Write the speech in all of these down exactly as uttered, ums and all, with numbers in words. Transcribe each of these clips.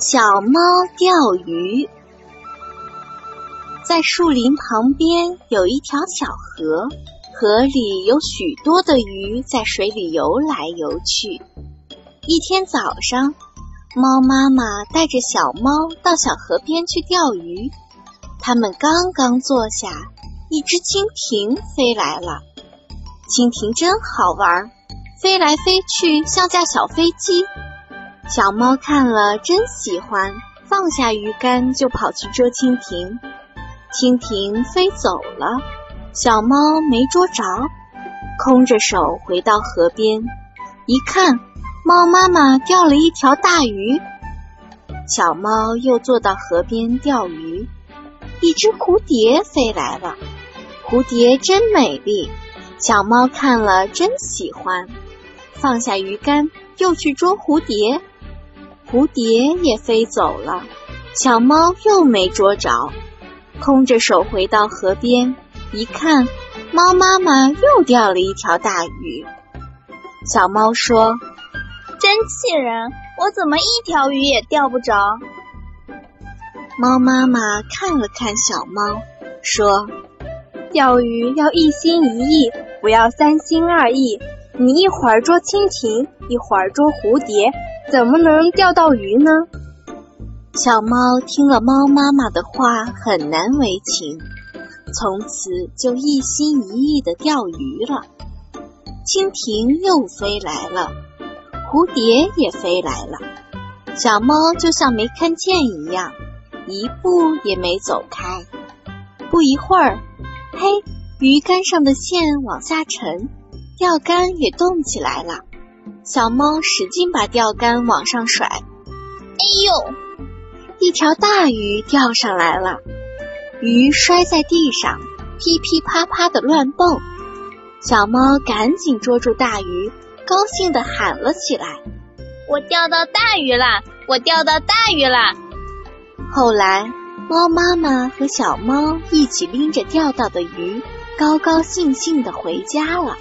小猫钓鱼。在树林旁边有一条小河，河里有许多的鱼在水里游来游去。一天早上，猫妈妈带着小猫到小河边去钓鱼。它们刚刚坐下，一只蜻蜓飞来了。蜻蜓真好玩，飞来飞去像架小飞机。小猫看了真喜欢，放下鱼竿就跑去捉蜻蜓。蜻蜓飞走了，小猫没捉着，空着手回到河边，一看，猫妈妈钓了一条大鱼。小猫又坐到河边钓鱼，一只蝴蝶飞来了。蝴蝶真美丽，小猫看了真喜欢，放下鱼竿又去捉蝴蝶。蝴蝶也飞走了，小猫又没捉着，空着手回到河边，一看，猫妈妈又钓了一条大鱼。小猫说： 真气人，我怎么一条鱼也钓不着？ 猫妈妈看了看小猫，说： 钓鱼要一心一意，不要三心二意。你一会儿捉蜻蜓，一会儿捉蝴蝶，怎么能钓到鱼呢？ 小猫听了猫妈妈的话，很难为情，从此就一心一意地钓鱼了。蜻蜓又飞来了，蝴蝶也飞来了，小猫就像没看见一样，一步也没走开。不一会儿，嘿，鱼竿上的线往下沉，钓竿也动起来了。小猫使劲把钓竿往上甩，哎呦！ 一条大鱼钓上来了，鱼摔在地上，噼噼啪啪地乱蹦。小猫赶紧捉住大鱼，高兴地喊了起来： 我钓到大鱼啦！我钓到大鱼啦！ 后来，猫妈妈和小猫一起拎着钓到的鱼，高高兴兴地回家了。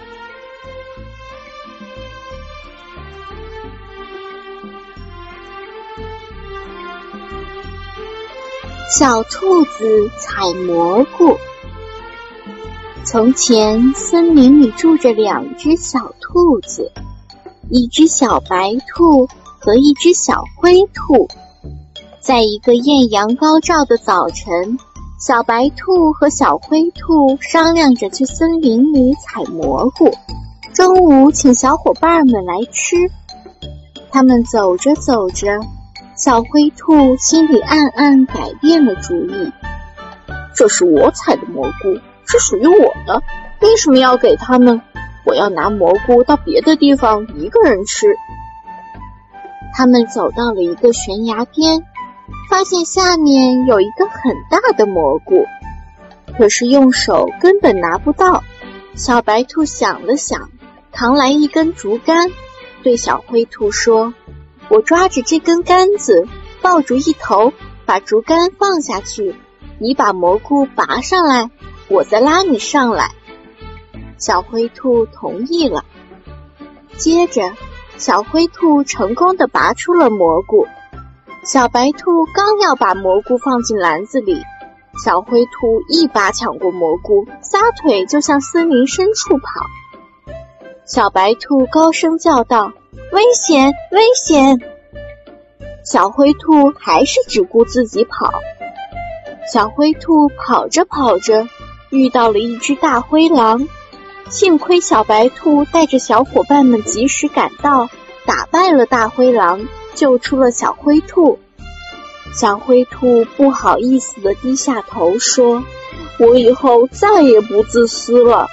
小兔子采蘑菇。从前，森林里住着两只小兔子，一只小白兔和一只小灰兔。在一个艳阳高照的早晨，小白兔和小灰兔商量着去森林里采蘑菇，中午请小伙伴们来吃。他们走着走着，小灰兔心里暗暗改变了主意。这是我采的蘑菇，是属于我的，为什么要给他们？我要拿蘑菇到别的地方一个人吃。他们走到了一个悬崖边，发现下面有一个很大的蘑菇，可是用手根本拿不到。小白兔想了想，扛来一根竹竿，对小灰兔说：我抓着这根杆子，抱住一头，把竹竿放下去，你把蘑菇拔上来，我再拉你上来。小灰兔同意了。接着，小灰兔成功地拔出了蘑菇。小白兔刚要把蘑菇放进篮子里，小灰兔一把抢过蘑菇，撒腿就向森林深处跑。小白兔高声叫道：危险，危险！小灰兔还是只顾自己跑。小灰兔跑着跑着，遇到了一只大灰狼。幸亏小白兔带着小伙伴们及时赶到，打败了大灰狼，救出了小灰兔。小灰兔不好意思地低下头说：我以后再也不自私了。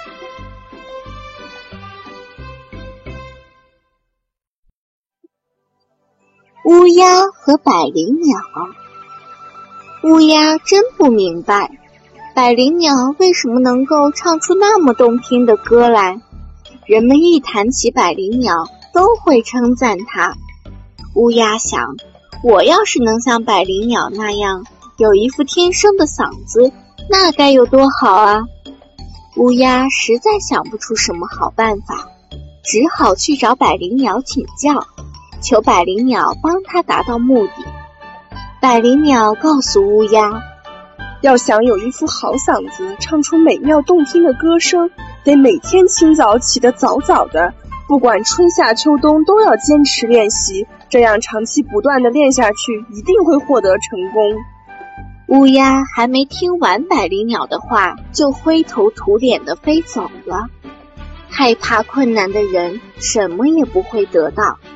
乌鸦和百灵鸟。乌鸦真不明白，百灵鸟为什么能够唱出那么动听的歌来。人们一谈起百灵鸟，都会称赞它。乌鸦想，我要是能像百灵鸟那样有一副天生的嗓子，那该有多好啊！乌鸦实在想不出什么好办法，只好去找百灵鸟请教，求百灵鸟帮他达到目的。 百灵鸟告诉乌鸦， 要想有一副好嗓子，唱出美妙动听的歌声，得每天清早起得早早的，不管春夏秋冬都要坚持练习，这样长期不断地练下去，一定会获得成功。 乌鸦还没听完百灵鸟的话，就灰头土脸地飞走了。害怕困难的人，什么也不会得到。